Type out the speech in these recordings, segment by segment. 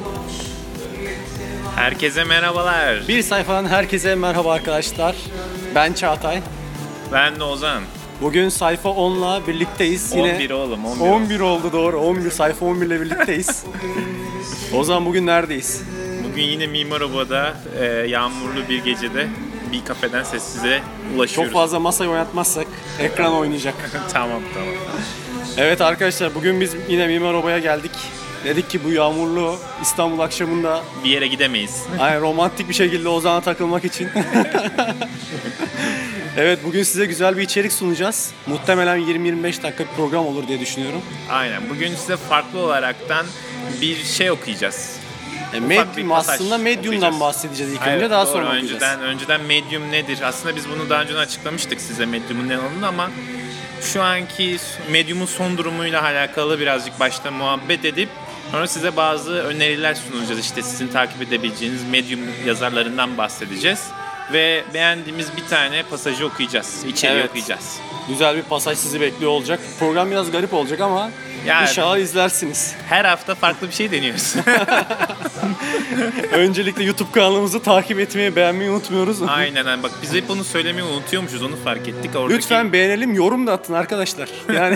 Herkese merhabalar. Bir sayfadan herkese merhaba arkadaşlar. Ben Çağatay. Ben de Ozan. Bugün sayfa 10'la birlikteyiz. Yine 11 oğlum. 11 oldu doğru. 11 sayfa 11 ile birlikteyiz. Ozan bugün neredeyiz? Bugün yine Mimar Oba'da yağmurlu bir gecede bir kafeden size ulaşıyoruz. Çok fazla masayı oynatmazsak ekran oynayacak. Tamam. Evet arkadaşlar, bugün biz yine Mimar Oba'ya geldik. Dedik ki bu yağmurlu İstanbul akşamında Bir yere gidemeyiz. yani romantik bir şekilde Ozan'a takılmak için. Evet, bugün size güzel bir içerik sunacağız. Muhtemelen 20-25 dakika bir program olur diye düşünüyorum. Aynen. Bugün size farklı olaraktan bir şey okuyacağız. Medium, aslında Medium'dan okuyacağız. bahsedeceğiz ilk Hayır, önce, daha doğru. sonra okuyacağız. Önceden Medium nedir? Aslında biz bunu daha önce açıklamıştık size Medium'un ne olduğunu ama şu anki Medium'un son durumuyla alakalı birazcık başta muhabbet edip sonra size bazı öneriler sunacağız. İşte sizin takip edebileceğiniz Medium yazarlarından bahsedeceğiz. Ve beğendiğimiz bir tane pasajı okuyacağız. İçeriği okuyacağız. Güzel bir pasaj sizi bekliyor olacak. Program biraz garip olacak ama Yani, inşallah izlersiniz. her hafta farklı bir şey deniyoruz. Öncelikle YouTube kanalımızı takip etmeyi, beğenmeyi unutmuyoruz. Aynen. Bak biz hep onu söylemeyi unutuyormuşuz. Onu fark ettik. Oradaki... Lütfen beğenelim, yorum da atın arkadaşlar. Yani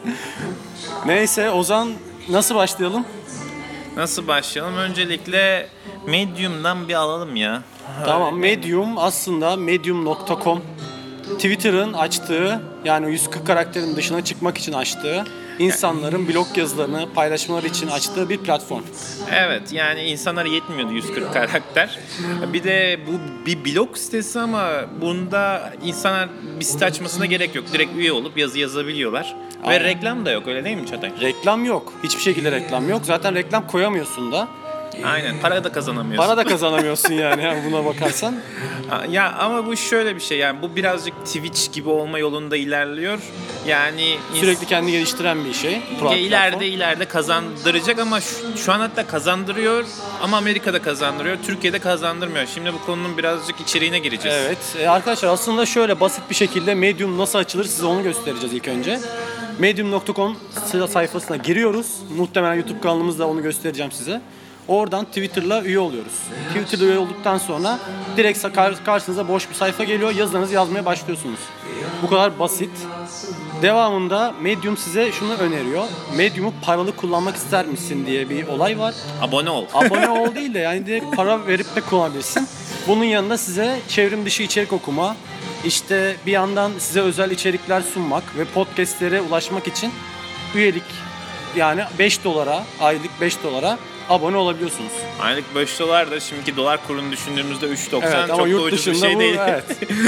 neyse, Ozan, nasıl başlayalım? Nasıl başlayalım? Öncelikle Medium'dan bir alalım ya. Tamam, Medium aslında medium.com Twitter'ın açtığı, yani 140 karakterin dışına çıkmak için açtığı, insanların blog yazılarını paylaşmaları için açtığı bir platform. Evet, yani insanlara yetmiyordu 140 karakter. Bir de bu bir blog sitesi ama bunda insanlar bir site açmasına gerek yok. Direkt üye olup yazı yazabiliyorlar. Aynen. Ve reklam da yok, öyle değil mi Çağatay? Reklam yok. Hiçbir şekilde reklam yok. Zaten reklam koyamıyorsun da. Aynen, para da kazanamıyorsun. Para da kazanamıyorsun yani buna bakarsan. Ya ama bu şöyle bir şey, yani bu birazcık Twitch gibi olma yolunda ilerliyor. Yani Sürekli kendini geliştiren bir şey. ileride kazandıracak ama şu an hatta kazandırıyor ama Amerika'da kazandırıyor, Türkiye'de kazandırmıyor. Şimdi bu konunun birazcık içeriğine gireceğiz. Evet. Arkadaşlar, aslında şöyle basit bir şekilde Medium nasıl açılır size onu göstereceğiz ilk önce. Medium.com sayfasına giriyoruz. Muhtemelen YouTube kanalımızda onu göstereceğim size. Oradan Twitter'la üye oluyoruz. Twitter'la üye olduktan sonra direkt karşınıza boş bir sayfa geliyor. Yazılarınızı yazmaya başlıyorsunuz. Bu kadar basit. Devamında Medium size şunu öneriyor. Medium'u paralı kullanmak ister misin diye bir olay var. Abone ol. Abone ol değil de yani direkt para verip de kullanabilirsin. Bunun yanında size çevrim dışı içerik okuma, işte bir yandan size özel içerikler sunmak ve podcastlere ulaşmak için üyelik, yani $5, aylık $5 abone olabiliyorsunuz. Aylık $5 da şimdiki dolar kurunu düşündüğümüzde 3.90 Evet, çok ama da yurt ucuz bir dışında şey bu, değil. evet.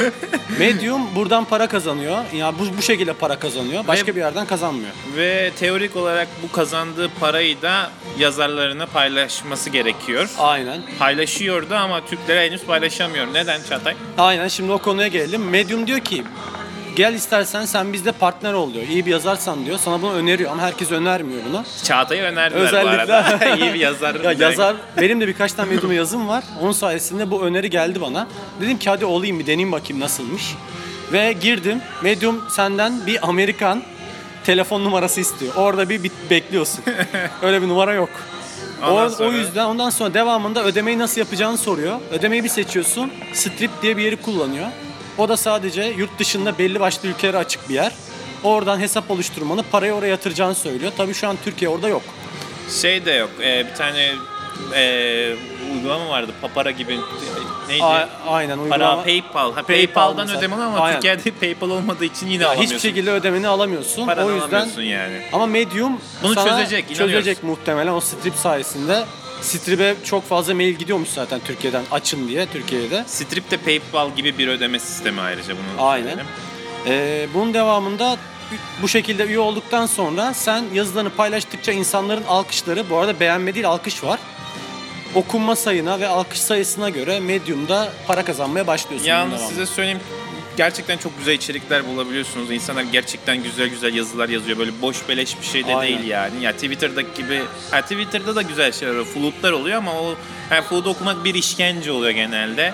Medium buradan para kazanıyor. Yani bu şekilde para kazanıyor. Başka bir yerden kazanmıyor. Ve teorik olarak bu kazandığı parayı da yazarlarına paylaşması gerekiyor. Aynen. Paylaşıyordu ama Türklere henüz paylaşamıyor. Neden Çağatay? Aynen, şimdi o konuya gelelim. Medium diyor ki gel istersen sen bizde partner ol diyor. İyi bir yazarsan diyor. Sana bunu öneriyor ama herkes önermiyor bunu. Çağatay'ı önerdiler Özellikle. bu arada. İyi bir yazar. Ya yazar, benim de birkaç tane Medium'da yazım var. Onun sayesinde bu öneri geldi bana. Dedim ki hadi olayım, bir deneyeyim bakayım nasılmış. Ve girdim. Medium senden bir Amerikan telefon numarası istiyor. Orada bir bekliyorsun. Öyle bir numara yok. O yüzden ondan sonra devamında ödemeyi nasıl yapacağını soruyor. Ödemeyi bir seçiyorsun. Strip diye bir yeri kullanıyor. O da sadece yurt dışında belli başlı ülkelere açık bir yer. Oradan hesap oluşturmanı, parayı oraya yatıracağını söylüyor. Tabii şu an Türkiye orada yok. Şey de yok. Bir tane uygulama vardı. Papara gibi. Neydi? Aynen, uygulama. Para PayPal. PayPal'dan mesela. ödeme ama Aynen. Türkiye'de PayPal olmadığı için yine alamıyorsun. Hiçbir şekilde ödemeni alamıyorsun. Paranı o yüzden alamıyorsun yani. Ama Medium bunu sana çözecek muhtemelen o strip sayesinde. Strip'e çok fazla mail gidiyormuş zaten Türkiye'den, açın diye Türkiye'de. Strip de PayPal gibi bir ödeme sistemi ayrıca bunu. Aynen. Bunun devamında bu şekilde üye olduktan sonra sen yazılarını paylaştıkça insanların alkışları, bu arada beğenme değil alkış var, okunma sayına ve alkış sayısına göre Medium'da para kazanmaya başlıyorsun. Yalnız size söyleyeyim, gerçekten çok güzel içerikler bulabiliyorsunuz. İnsanlar gerçekten güzel yazılar yazıyor. Böyle boş beleş bir şey de Aynen. değil yani. Ya Twitter'daki gibi, Twitter'da da güzel şeyler oluyor. Flood'lar oluyor ama o flood'u okumak bir işkence oluyor genelde.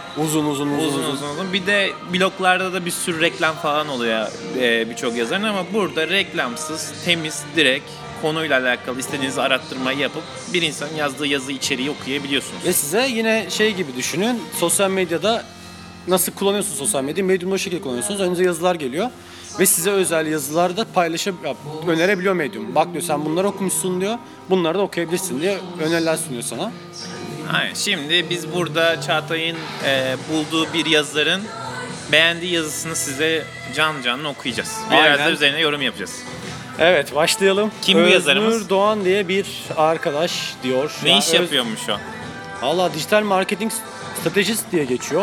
Uzun. Bir de bloglarda da bir sürü reklam falan oluyor birçok yazarın ama burada reklamsız, temiz, direkt konuyla alakalı istediğiniz araştırmayı yapıp bir insanın yazdığı yazı içeriği okuyabiliyorsunuz. Ve size yine şey gibi düşünün. Sosyal medyada nasıl kullanıyorsunuz sosyal medyayı? Medium'da o şekilde kullanıyorsunuz. Önünüze yazılar geliyor. Ve size özel yazılar da önerebiliyor Medium. Bak diyor, sen bunları okumuşsun diyor. Bunları da okuyabilirsin diye öneriler sunuyor sana. Aynen. Şimdi biz burada Çağatay'ın bulduğu bir yazarın beğendiği yazısını size canlı okuyacağız. Biraz Aynen. da üzerine yorum yapacağız. Evet, başlayalım. Kim bu yazarımız? Öznur Doğan diye bir arkadaş diyor. Ne iş yapıyormuş o? Valla dijital marketing stratejist diye geçiyor.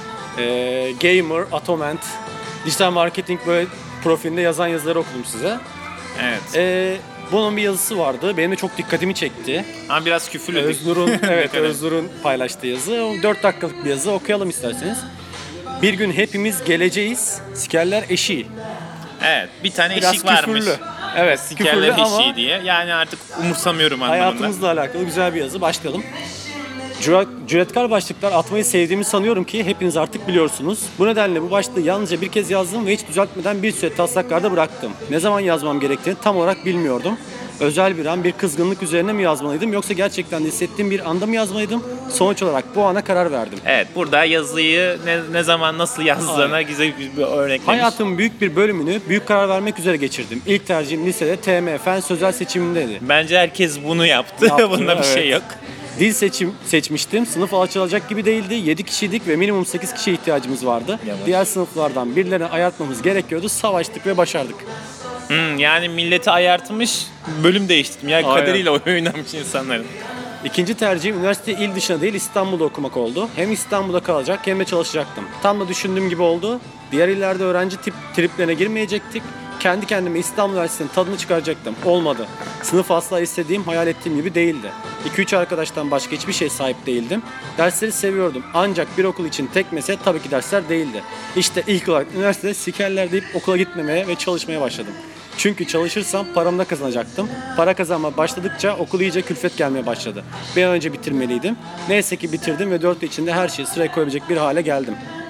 Gamer, Atomant, dijital marketing böyle profilinde yazan yazıları okudum size. Evet. Bunun bir yazısı vardı. Benim de çok dikkatimi çekti. Ama biraz küfürlü. Öznur'un evet, kadar. Öznur'un paylaştığı yazı. 4 dakikalık bir yazı, okuyalım isterseniz. Bir gün hepimiz geleceğiz. Sikerler eşiği. Evet. Bir tane Biraz eşik varmış. küfürlü. Evet, Sikerler küfürlü ama eşiği diye. Yani artık umursamıyorum anlamında. hayatımızla alakalı güzel bir yazı. Başlayalım. Cüretkar başlıklar atmayı sevdiğimi sanıyorum ki hepiniz artık biliyorsunuz. Bu nedenle bu başlığı yalnızca bir kez yazdım ve hiç düzeltmeden bir süre taslaklarda bıraktım. Ne zaman yazmam gerektiğini tam olarak bilmiyordum. Özel bir an, bir kızgınlık üzerine mi yazmalıydım yoksa gerçekten de hissettiğim bir anda mı yazmalıydım? Sonuç olarak bu ana karar verdim. Evet, burada yazıyı ne zaman nasıl yazdığına güzel bir örneklemiş. Hayatımın büyük bir bölümünü büyük karar vermek üzere geçirdim. İlk tercihim lisede TM Fen Sözel seçimindeydi. Bence herkes bunu yaptı. Yaptı, Bunda bir şey evet. yok. Dil seçmiştim. Sınıf alçalacak gibi değildi. 7 kişiydik ve minimum 8 kişiye ihtiyacımız vardı. Yavaş. Diğer sınıflardan birilerini ayartmamız gerekiyordu. Savaştık ve başardık. Yani milleti ayartmış, bölüm değiştirdim. Yani Aynen. kaderiyle oynamış insanların. İkinci tercihim üniversite il dışına değil İstanbul'da okumak oldu. Hem İstanbul'da kalacak hem de çalışacaktım. Tam da düşündüğüm gibi oldu. Diğer illerde öğrenci triplerine girmeyecektik. Kendi kendime İstanbul Üniversitesi'nin tadını çıkaracaktım. Olmadı. Sınıf asla istediğim, hayal ettiğim gibi değildi. 2-3 arkadaştan başka hiçbir şey sahip değildim. Dersleri seviyordum. Ancak bir okul için tek mesele tabii ki dersler değildi. İşte ilk olarak üniversitede sikerler deyip okula gitmemeye ve çalışmaya başladım. Çünkü çalışırsam paramı da kazanacaktım. Para kazanma başladıkça okul iyice külfet gelmeye başladı. Bir an önce bitirmeliydim. Neyse ki bitirdim ve 4 yıl içinde her şeyi sıraya koyabilecek bir hale geldim.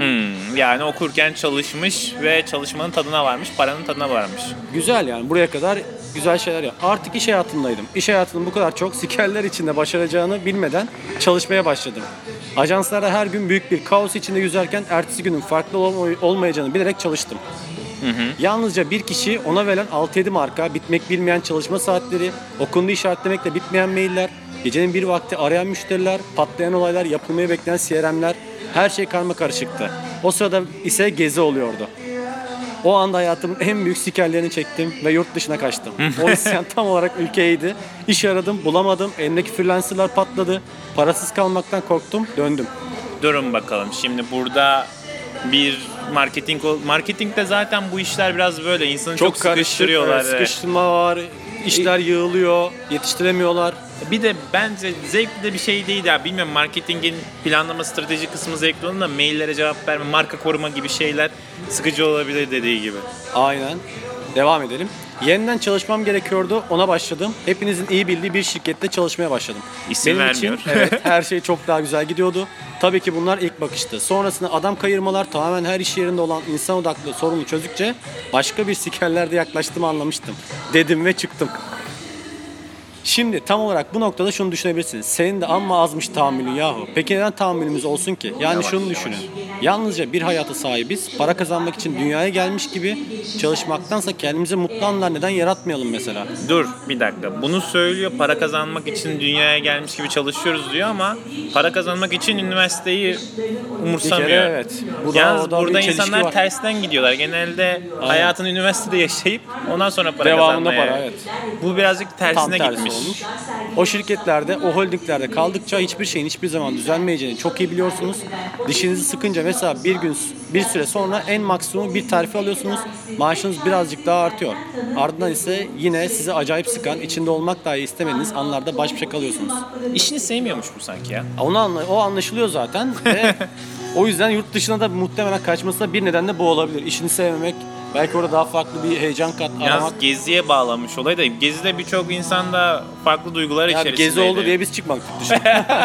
Yani okurken çalışmış ve çalışmanın tadına varmış, paranın tadına varmış. Güzel yani, buraya kadar güzel şeyler yap. Artık iş hayatındaydım. İş hayatının bu kadar çok sikerler içinde başaracağını bilmeden çalışmaya başladım. Ajanslarda her gün büyük bir kaos içinde yüzerken ertesi günün farklı olmayacağını bilerek çalıştım. Yalnızca bir kişi, ona verilen 6-7 marka, bitmek bilmeyen çalışma saatleri, okunduğu işaretlemekle bitmeyen mailler, gecenin bir vakti arayan müşteriler, patlayan olaylar, yapılmayı bekleyen CRM'ler, her şey karmakarışıktı. O sırada ise gezi oluyordu. O anda hayatımın en büyük sikerlerini çektim ve yurt dışına kaçtım. O isyan tam olarak ülkeydi. İş aradım, bulamadım, elimdeki freelancerlar patladı. Parasız kalmaktan korktum, döndüm. Durun bakalım. Şimdi burada bir marketingde zaten bu işler biraz böyle insanı çok sıkıştırıyorlar. Sıkıştırma var, işler yığılıyor, yetiştiremiyorlar. Bir de bence zevkli de bir şey değil ya. Bilmiyorum, marketingin planlama strateji kısmı zevkli olan da maillere cevap verme, marka koruma gibi şeyler sıkıcı olabilir dediği gibi. Aynen. Devam edelim. Yeniden çalışmam gerekiyordu. Ona başladım. Hepinizin iyi bildiği bir şirkette çalışmaya başladım. İsim Benim vermiyor. için evet, her şey çok daha güzel gidiyordu. Tabii ki bunlar ilk bakıştı. Sonrasında adam kayırmalar, tamamen her iş yerinde olan insan odaklı sorunu çözdükçe başka bir sikerlerde yaklaştığımı anlamıştım. Dedim ve çıktım. Şimdi tam olarak bu noktada şunu düşünebilirsiniz. Senin de amma azmış tahammülün yahu. Peki neden tahammülümüz olsun ki? Yani şunu düşünün. Yalnızca bir hayata sahibiz. Para kazanmak için dünyaya gelmiş gibi çalışmaktansa kendimize mutlu anlar neden yaratmayalım mesela? Dur bir dakika. Bunu söylüyor, para kazanmak için dünyaya gelmiş gibi çalışıyoruz diyor ama para kazanmak için üniversiteyi umursamıyor. Bir kere evet. Yalnız burada bir çelişki insanlar var. tersten gidiyorlar. Genelde hayatını üniversitede yaşayıp ondan sonra para Devamında kazanmaya. para, evet. Bu birazcık tersine Tam tersi gitmiş. olmuş. O şirketlerde, o holdinglerde kaldıkça hiçbir şeyin hiçbir zaman düzelmeyeceğini çok iyi biliyorsunuz. Dişinizi sıkınca mesela bir süre sonra en maksimum bir terfi alıyorsunuz. Maaşınız birazcık daha artıyor. Ardından ise yine sizi acayip sıkan, içinde olmak dahi istemediğiniz anlarda baş başa kalıyorsunuz. İşini sevmiyormuş bu sanki ya. O anlaşılıyor zaten ve o yüzden yurt dışına da muhtemelen kaçmasına bir neden de bu olabilir. İşini sevmemek, belki orada daha farklı bir heyecan aramak. Yalnız Gezi'ye bağlanmış olay da Gezi'de birçok insan da farklı duygular Yani içerisindeydi. gezi oldu diye biz çıkmadık. Düşün.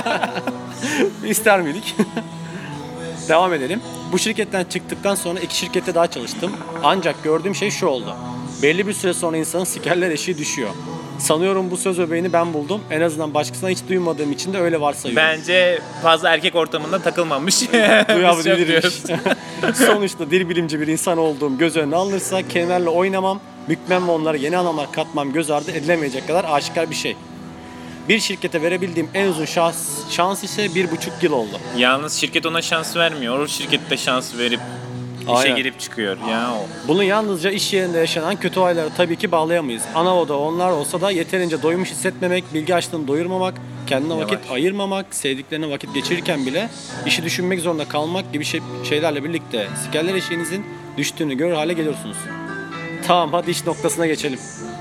İster miydik? Devam edelim. Bu şirketten çıktıktan sonra 2 şirkette daha çalıştım. Ancak gördüğüm şey şu oldu. Belli bir süre sonra insanın sikerler eşiği düşüyor. Sanıyorum bu söz öbeğini ben buldum. En azından başkasından hiç duymadığım için de öyle varsayıyorum. Bence fazla erkek ortamında takılmamış. Biz çok Duyabilirmiş. diyoruz. Sonuçta dil bilimci bir insan olduğum göz önüne alınırsa kelimelerle oynamam, bükmem ve onlara yeni anlamlar katmam göz ardı edilemeyecek kadar aşikar bir şey. Bir şirkete verebildiğim en uzun şans ise 1,5 yıl oldu. Yalnız şirket ona şans vermiyor. O şirkette şans verip işe Aynen. girip çıkıyor. Ya o. Bunu yalnızca iş yerinde yaşanan kötü olaylara tabii ki bağlayamayız. Ana oda onlar olsa da yeterince doymuş hissetmemek, bilgi açlığını doyurmamak, kendine vakit Yavaş. ayırmamak, sevdiklerine vakit geçirirken bile işi düşünmek zorunda kalmak gibi şeylerle birlikte sikerler eşiğinizin düştüğünü görür hale geliyorsunuz. Tamam, hadi iş noktasına geçelim.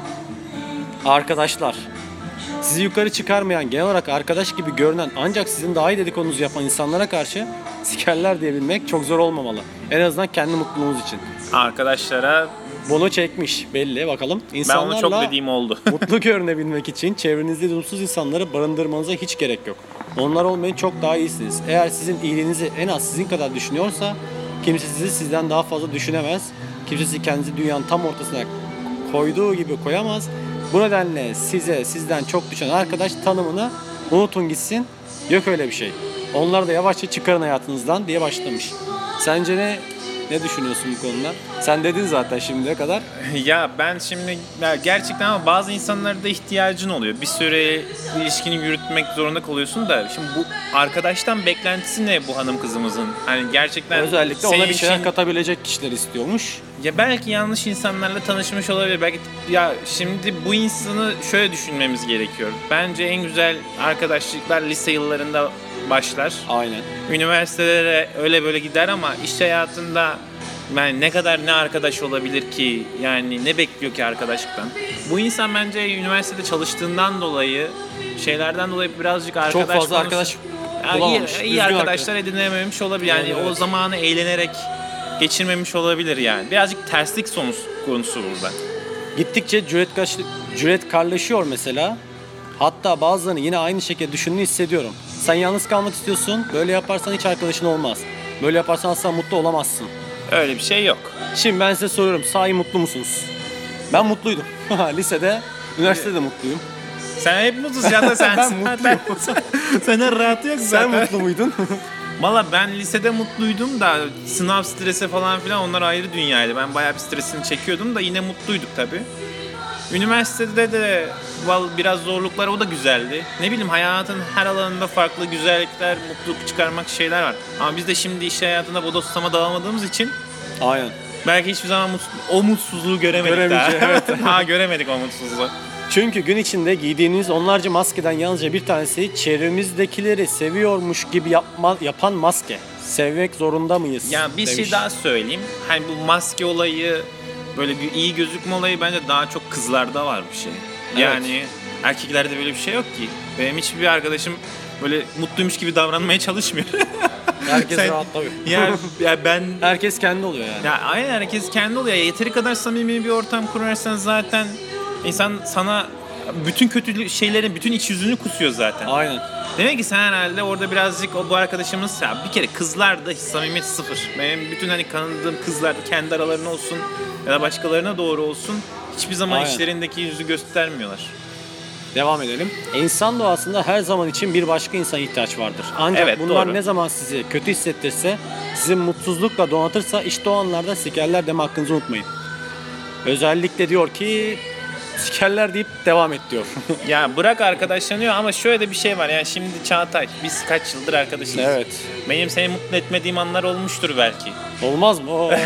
Arkadaşlar. Sizi yukarı çıkarmayan, genel olarak arkadaş gibi görünen ancak sizin daha iyi dedikodunuzu yapan insanlara karşı sikerler diyebilmek çok zor olmamalı. En azından kendi mutluluğunuz için. Arkadaşlara Bunu çekmiş belli, bakalım. ben İnsanlarla onu çok dediğim oldu. mutlu görünebilmek için çevrenizde lüzumsuz insanları barındırmanıza hiç gerek yok. Onlar olmayın, çok daha iyisiniz. Eğer sizin iyiliğinizi en az sizin kadar düşünüyorsa kimse sizi sizden daha fazla düşünemez. Kimse sizi kendinizi dünyanın tam ortasına koyduğu gibi koyamaz. Bu nedenle sizden çok düşen arkadaş tanımını unutun gitsin. Yok öyle bir şey. Onları da yavaşça çıkarın hayatınızdan diye başlamış. Sence ne düşünüyorsun bu konuda? Sen dedin zaten şimdiye kadar. Ya ben şimdi gerçekten ama bazı insanlara da ihtiyacın oluyor. Bir süre ilişkini yürütmek zorunda kalıyorsun da şimdi bu arkadaştan beklentisi ne bu hanım kızımızın? Hani gerçekten Özellikle ona senin bir şeyler için- katabilecek kişiler istiyormuş. Ya belki yanlış insanlarla tanışmış olabilir. Belki ya şimdi bu insanı şöyle düşünmemiz gerekiyor. Bence en güzel arkadaşlıklar lise yıllarında başlar. Aynen. Üniversitelere öyle böyle gider ama iş hayatında yani ne kadar ne arkadaş olabilir ki? Yani ne bekliyor ki arkadaşlıktan? Bu insan bence üniversitede çalıştığından dolayı şeylerden dolayı birazcık arkadaş Çok fazla konusu- arkadaş Ya bulamamış. iyi Düzgün arkadaşlar edinememiş olabilir. Yani Evet. o zamanı eğlenerek geçirmemiş olabilir yani. Birazcık terslik konusu burada. Gittikçe cüretkarlaşıyor mesela. Hatta bazılarını yine aynı şekilde düşündüğünü hissediyorum. Sen yalnız kalmak istiyorsun. Böyle yaparsan hiç arkadaşın olmaz. Böyle yaparsan asla mutlu olamazsın. Öyle bir şey yok. Şimdi ben size soruyorum. Sahi mutlu musunuz? Ben mutluydum. Lisede, üniversitede mutluyum. Sen hep mutlusun ya da sen Ben mutluyum. Senin rahatı yok Sen zaten. mutlu muydun? Valla ben lisede mutluydum da sınav stresi falan filan onlar ayrı dünyaydı. Ben bayağı bir stresini çekiyordum da yine mutluyduk tabii. Üniversitede de biraz zorluklar o da güzeldi. Ne bileyim hayatın her alanında farklı güzellikler, mutluluk çıkarmak şeyler var. Ama biz de şimdi iş hayatında bodoslama dağılmadığımız için Aynen. belki hiçbir zaman o mutsuzluğu göremedik daha. Göremeyeceğiz, Ha göremedik o mutsuzluğu. Çünkü gün içinde giydiğiniz onlarca maskeden yalnızca bir tanesi çevremizdekileri seviyormuş gibi yapan maske. Sevmek zorunda mıyız? Ya bir şey demiş. daha söyleyeyim. Hani bu maske olayı, böyle iyi gözükme olayı bence daha çok kızlarda var bir şey. Yani erkeklerde böyle bir şey yok ki. Benim hiçbir arkadaşım böyle mutluymuş gibi davranmaya çalışmıyor. Herkes Sen- rahat tabii. ya ben Herkes kendi oluyor yani. ya aynen herkes kendi oluyor. Yeteri kadar samimi bir ortam kurarsan zaten insan sana bütün kötü şeylerin bütün iç yüzünü kusuyor zaten. Aynen. Demek ki sen herhalde orada birazcık bu arkadaşımız ya bir kere kızlarda samimiyet sıfır. Benim bütün hani tanıdığım kızlar kendi aralarına olsun ya da başkalarına doğru olsun hiçbir zaman Aynen. içlerindeki yüzü göstermiyorlar. Devam edelim. İnsan doğasında her zaman için bir başka insana ihtiyaç vardır. Ancak Evet, bunlar doğru. ne zaman sizi kötü hissettirse, sizi mutsuzlukla donatırsa işte o anlarda sikerler deme hakkınızı unutmayın. Özellikle diyor ki sikerler deyip devam et diyor. Ya bırak arkadaşlanıyor ama şöyle de bir şey var yani şimdi Çağatay biz kaç yıldır arkadaşız. Evet. Benim seni mutlu etmediğim anlar olmuştur belki. Olmaz mı? Oo.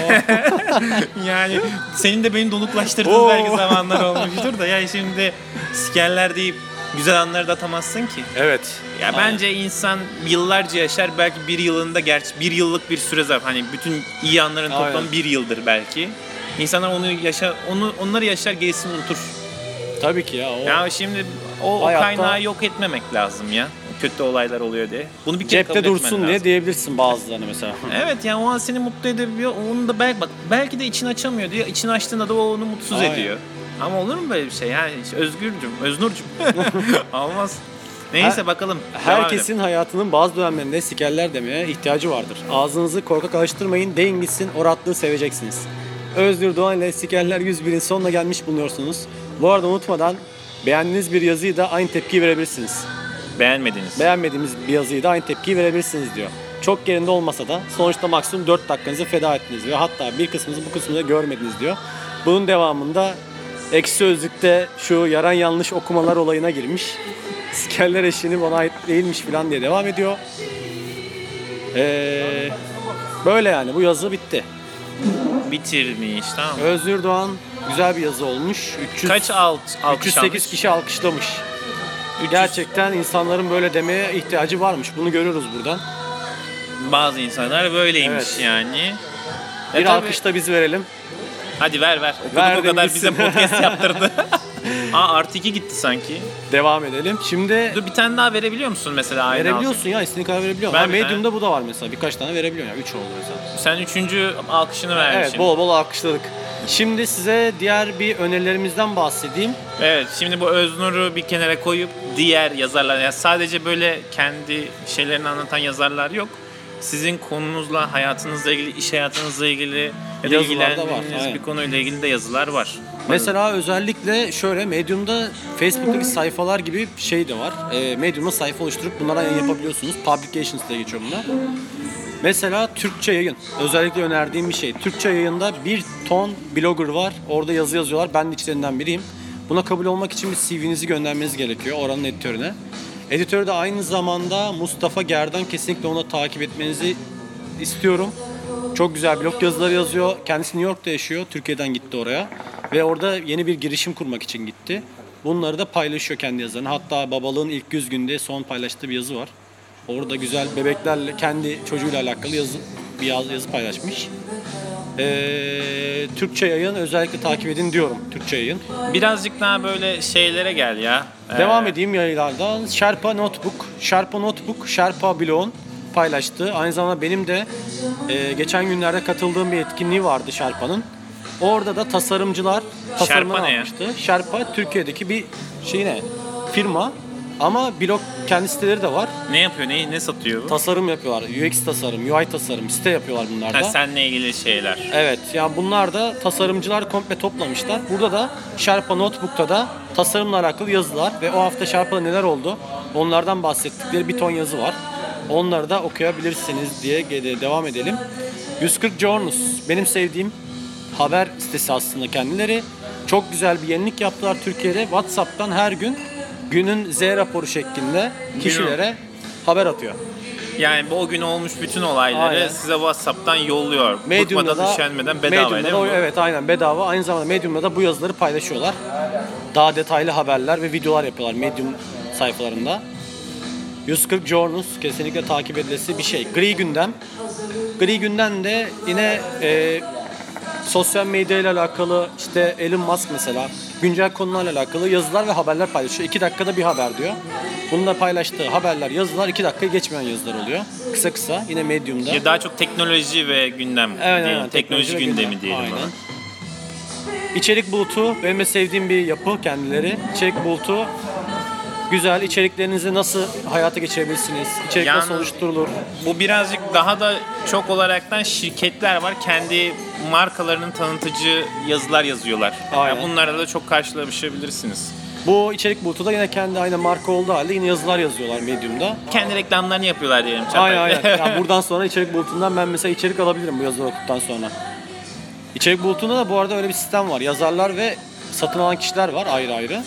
Yani senin de beni donuklaştırdığın Oo. belki zamanlar olmuştur da ya şimdi sikerler deyip güzel anları da atamazsın ki. Evet. Ya bence insan yıllarca yaşar belki bir yılında gerçi bir yıllık bir süre zarf hani bütün iyi anların toplamı Aynen. bir yıldır belki. İnsanlar onları yaşar gerisini unutur. Tabii ki ya. O Ya şimdi o Hayatta- kaynağı yok etmemek lazım ya. Kötü olaylar oluyor diye. Bunu bir kere cepte kabul etmen dursun diye lazım. diyebilirsin bazılarına mesela. Evet yani o an seni mutlu edebiliyor. Onu da belki de içini açamıyor diyor. İçini açtığında da o onu mutsuz Aynen. ediyor. Ama olur mu böyle bir şey? Yani işte Öznur'cum. Olmaz. Neyse bakalım. Devam Herkesin hayatının bazı dönemlerinde sikerler demeye ihtiyacı vardır. Ağzınızı korkak alıştırmayın, deyin gitsin, o rahatlığı seveceksiniz. Özgür Doğan ile Sikerler 101'in sonuna gelmiş bulunuyorsunuz. Bu arada unutmadan beğendiğiniz bir yazıyı da aynı tepkiyi verebilirsiniz. Beğenmediniz. Beğenmediğimiz bir yazıyı da aynı tepkiyi verebilirsiniz diyor. Çok yerinde olmasa da sonuçta maksimum 4 dakikanızı feda ettiniz diyor. Hatta bir kısmınızı bu kısmını da görmediniz diyor. Bunun devamında Ekşi Sözlük'te şu yaran yanlış okumalar olayına girmiş. Sikerler eşini bana ait değilmiş falan diye devam ediyor. Böyle yani bu yazı bitti. Bitirmiş, tamam. Özgür Doğan güzel bir yazı olmuş. Kaç alkış 308 almış? kişi alkışlamış. Gerçekten insanların böyle demeye ihtiyacı varmış. Bunu görüyoruz buradan. Bazı insanlar böyleymiş Evet. yani. Bir tabii. alkış da biz verelim. Hadi ver. Okuduk Ver o kadar demişsin. bize podcast yaptırdı. Artı 2 gitti sanki. Devam edelim. Şimdi Dur, bir tane daha verebiliyor musun mesela aynı verebiliyorsun ya, istediğin kadar verebiliyorsun. Ver Ha, bir Medium'da bu da var mesela. Birkaç tane verebiliyorsun. Yani 3 oldu mesela. alkış? Sen 3. alkışını vermişsin. Evet, bol bol alkışladık. Şimdi size diğer bir önerilerimizden bahsedeyim. Evet, şimdi bu Öznur'u bir kenara koyup diğer yazarlar, yani sadece böyle kendi şeylerini anlatan yazarlar yok. Sizin konunuzla, hayatınızla ilgili, iş hayatınızla ilgili ya da Yazılar da var, ilgilendiğiniz aynen. bir konuyla ilgili de yazılar var. Mesela özellikle şöyle Medium'da Facebook'taki sayfalar gibi şey de var. Medium'da sayfa oluşturup bunlara yayın yapabiliyorsunuz. Publications diye geçiyor bunlar. Mesela Türkçe yayın. Özellikle önerdiğim bir şey. Türkçe yayında bir ton blogger var. Orada yazı yazıyorlar. Ben de içlerinden biriyim. Buna kabul olmak için bir CV'nizi göndermeniz gerekiyor oranın editörüne. Editörü de aynı zamanda Mustafa Gerdan, kesinlikle onu takip etmenizi istiyorum. Çok güzel blog yazıları yazıyor. Kendisi New York'ta yaşıyor. Türkiye'den gitti oraya. Ve orada yeni bir girişim kurmak için gitti. Bunları da paylaşıyor kendi yazılarını. Hatta babalığın ilk 100 günde son paylaştığı bir yazı var. Orada güzel bebeklerle, kendi çocuğuyla alakalı yazı paylaşmış. Türkçe yayın özellikle takip edin diyorum. Türkçe yayın. Birazcık daha böyle şeylere gel ya. Devam edeyim yayınlarda. Sherpa Notebook, Sherpa Blog'un paylaştığı. Aynı zamanda benim de geçen günlerde katıldığım bir etkinliği vardı Sherpa'nın. Orada da tasarımcılar tasarımını Sherpa ne ya? almıştı. Sherpa Türkiye'deki bir firma ama blog kendi siteleri de var. Ne yapıyor, ne satıyor bu? Tasarım yapıyorlar. UX tasarım, UI tasarım, site yapıyorlar bunlar da. Ha, seninle ilgili şeyler. Evet, yani bunlar da tasarımcılar komple toplamışlar. Burada da Sherpa Notebook'ta da tasarımla alakalı yazılar ve o hafta Sherpa'da neler oldu onlardan bahsettikleri bir ton yazı var. Onları da okuyabilirsiniz diye devam edelim. 140 Journals, benim sevdiğim haber sitesi aslında kendileri. Çok güzel bir yenilik yaptılar Türkiye'de. WhatsApp'tan her gün günün Z raporu şeklinde kişilere haber atıyor. Yani o gün olmuş bütün olayları Aynen. size WhatsApp'tan yolluyor. Medium'da Bıkmadan, da üşenmeden bedava değil mi Medium'da bu? evet, aynen bedava. Aynı zamanda Medium'da da bu yazıları paylaşıyorlar. Daha detaylı haberler ve videolar yapıyorlar Medium sayfalarında. 140 Journals kesinlikle takip edilesi bir şey. Gri Gündem. Gri Gündem de yine sosyal medya ile alakalı, işte Elon Musk mesela güncel konularla alakalı yazılar ve haberler paylaşıyor. 2 dakikada bir haber diyor. Bununla paylaştığı haberler, yazılar 2 dakikayı geçmeyen yazılar oluyor. Kısa kısa yine Medium'da. Ya daha çok teknoloji ve gündem Evet, diyelim. aynen, Teknoloji ve gündemi gündem. diyelim. Aynen. Bana. İçerik Bulutu benim de sevdiğim bir yapı kendileri. İçerik Bulutu güzel, içeriklerinizi nasıl hayata geçirebilirsiniz? İçerik Yani- nasıl oluşturulur? Bu birazcık daha da çok olaraktan şirketler var. Kendi markalarının tanıtıcı yazılar yazıyorlar. Aynen. Yani bunlarla da çok karşılaşabilirsiniz. Bu içerik bulutu da yine kendi aynı marka olduğu halde yine yazılar yazıyorlar Medium'da. Kendi reklamlarını yapıyorlar diyelim. Aynen aynen. Yani buradan sonra içerik bulutundan ben mesela içerik alabilirim bu yazıları okuduktan sonra. İçerik bulutunda da bu arada öyle bir sistem var. Yazarlar ve satın alan kişiler var ayrı ayrı.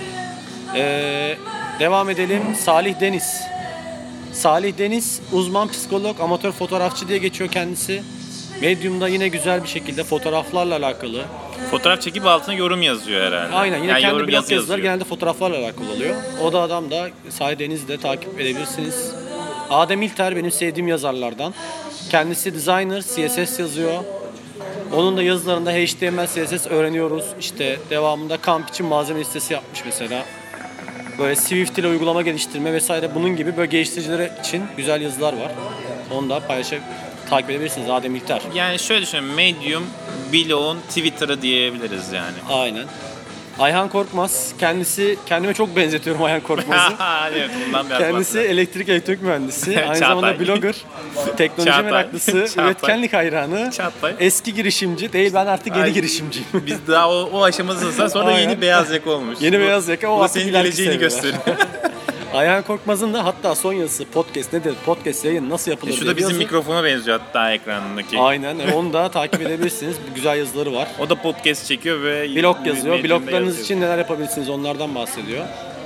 Devam edelim. Salih Deniz. Salih Deniz uzman psikolog, amatör fotoğrafçı diye geçiyor kendisi. Medium'da yine güzel bir şekilde fotoğraflarla alakalı. Fotoğraf çekip altına yorum yazıyor herhalde. Aynen, yine Yani kendi yorum blog yazı yazıları yazıyor. genelde fotoğraflarla alakalı oluyor. O da adam da Salih Deniz'i de takip edebilirsiniz. Adem İlter benim sevdiğim yazarlardan. Kendisi designer, CSS yazıyor. Onun da yazılarında HTML, CSS öğreniyoruz. İşte devamında kamp için malzeme listesi yapmış mesela. Böyle Swift ile uygulama geliştirme vesaire, bunun gibi böyle geliştiriciler için güzel yazılar var. Onu da takip edebilirsiniz Adem İlter. Yani şöyle düşünün, Medium, Blog'un Twitter'ı diyebiliriz yani. Aynen. Ayhan Korkmaz. Kendime çok benzetiyorum Ayhan Korkmaz'ı. Evet, bundan biraz Kendisi bahsedelim. elektrik mühendisi. Aynı Çağatay. zamanda blogger, teknoloji Çağatay. meraklısı, Çağatay. üretkenlik hayranı, Çağatay. eski girişimci. Değil, ben artık yeni Ay, girişimciyim. Biz daha o aşamadayız, sonra Aynen. yeni beyaz yaka olmuş. Yeni beyaz yaka, o bu artık senin ileriki geleceğini seviyeler. gösteriyor. Ayhan Korkmaz'ın da hatta son yazısı podcast nedir? Podcast yayın nasıl yapılır Şu diye da bizim yazı. mikrofona benziyor hatta ekranındaki. Aynen. Onu da takip edebilirsiniz. Güzel yazıları var. O da podcast çekiyor ve Blog yazıyor. Medium'da Bloglarınız yazıyor. için neler yapabilirsiniz onlardan bahsediyor.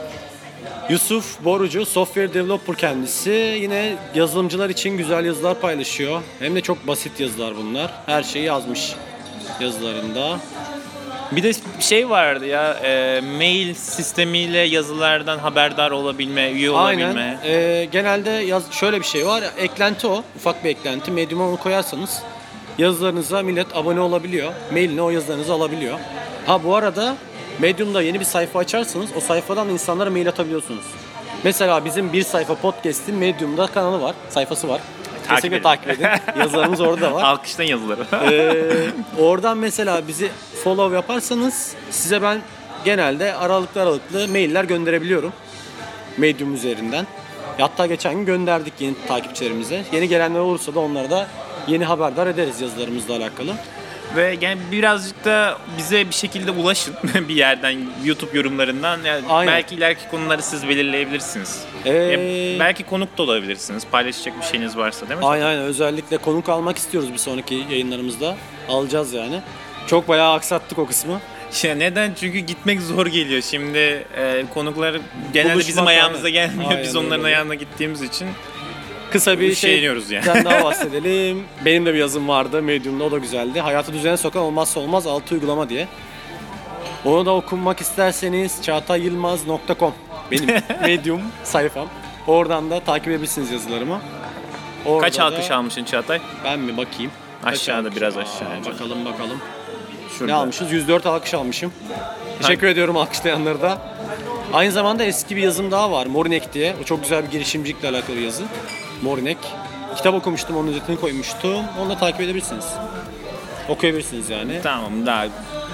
Yusuf Borucu, software developer kendisi. Yine yazılımcılar için güzel yazılar paylaşıyor. Hem de çok basit yazılar bunlar. Her şeyi yazmış yazılarında. Bir de şey vardı ya, mail sistemiyle yazılardan haberdar olabilme, üye olabilme. Aynen. Genelde şöyle bir şey var. Eklenti o. Ufak bir eklenti. Medium'a onu koyarsanız yazılarınıza millet abone olabiliyor. Mailine o yazılarınızı alabiliyor. Ha bu arada Medium'da yeni bir sayfa açarsanız o sayfadan insanlara mail atabiliyorsunuz. Mesela bizim bir sayfa podcast'in Medium'da kanalı var, sayfası var. Kesinlikle takip edin. Yazılarımız orada var. Alkıştan yazıları. Oradan mesela bizi follow yaparsanız size ben genelde aralıklı mailler gönderebiliyorum. Medium üzerinden. Hatta geçen gün gönderdik yeni takipçilerimize. Yeni gelenler olursa da onlara da yeni haberdar ederiz yazılarımızla alakalı. Ve yani birazcık da bize bir şekilde ulaşın bir yerden, YouTube yorumlarından. Yani Aynen. belki ileriki konuları siz belirleyebilirsiniz. Belki konuk da olabilirsiniz. Paylaşacak bir şeyiniz varsa, değil mi? Aynen, özellikle konuk almak istiyoruz bir sonraki yayınlarımızda. Alacağız yani. Çok bayağı aksattık o kısmı. Ya neden? Çünkü gitmek zor geliyor. Şimdi konuklar genelde Buluşmak bizim ayağımıza yani. gelmiyor. Aynen Biz onların öyle. ayağına gittiğimiz için Kısa bir üşeniyoruz yani. şeyden daha bahsedelim. Benim de bir yazım vardı Medium'da, o da güzeldi. Hayatı düzene sokan olmazsa olmaz 6 uygulama diye. Onu da okunmak isterseniz çağatayyılmaz.com benim Medium sayfam. Oradan da takip edebilirsiniz yazılarımı. Orada Kaç alkış da- almışsın Çağatay? Ben mi bakayım? Kaç Aşağıda, alkış? biraz aşağıya. Bakalım. Şurada. Ne almışız? 104 alkış almışım. Teşekkür ediyorum alkışlayanlara da. Aynı zamanda eski bir yazım daha var. Morinek diye. O çok güzel bir girişimcilikle alakalı bir yazı. Morinek. Kitap okumuştum, onun özetini koymuştum. Onu da takip edebilirsiniz. Okuyabilirsiniz yani. Tamam, daha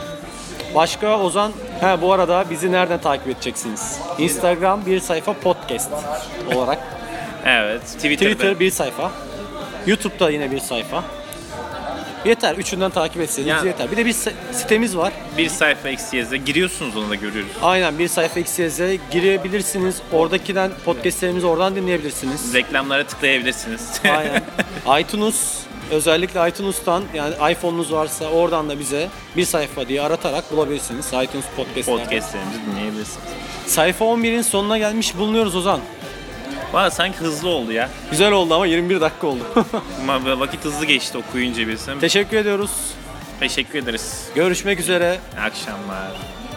Başka Ozan, bu arada bizi nereden takip edeceksiniz? Instagram bir sayfa podcast olarak. evet. Twitter bir sayfa. YouTube'da yine bir sayfa. Yeter. Üçünden takip etseniz Ya- yeter. Bir de bir sitemiz var. bir sayfa eksiğe giriyorsunuz, onu da görüyoruz. Aynen, bir sayfa XYZ'e girebilirsiniz. Oradakiden podcastlerimizi oradan dinleyebilirsiniz. Reklamlara tıklayabilirsiniz. Aynen. iTunes, özellikle iTunes'tan, yani iPhone'unuz varsa oradan da bize bir sayfa diye aratarak bulabilirsiniz. iTunes podcast'lerden. Podcastlerimizi dinleyebilirsiniz. Sayfa 11'in sonuna gelmiş bulunuyoruz Ozan. Valla sanki hızlı oldu ya. Güzel oldu ama 21 dakika oldu. Ama vakit hızlı geçti okuyunca bilsem. Teşekkür ediyoruz. Teşekkür ederiz. Görüşmek üzere. İyi akşamlar.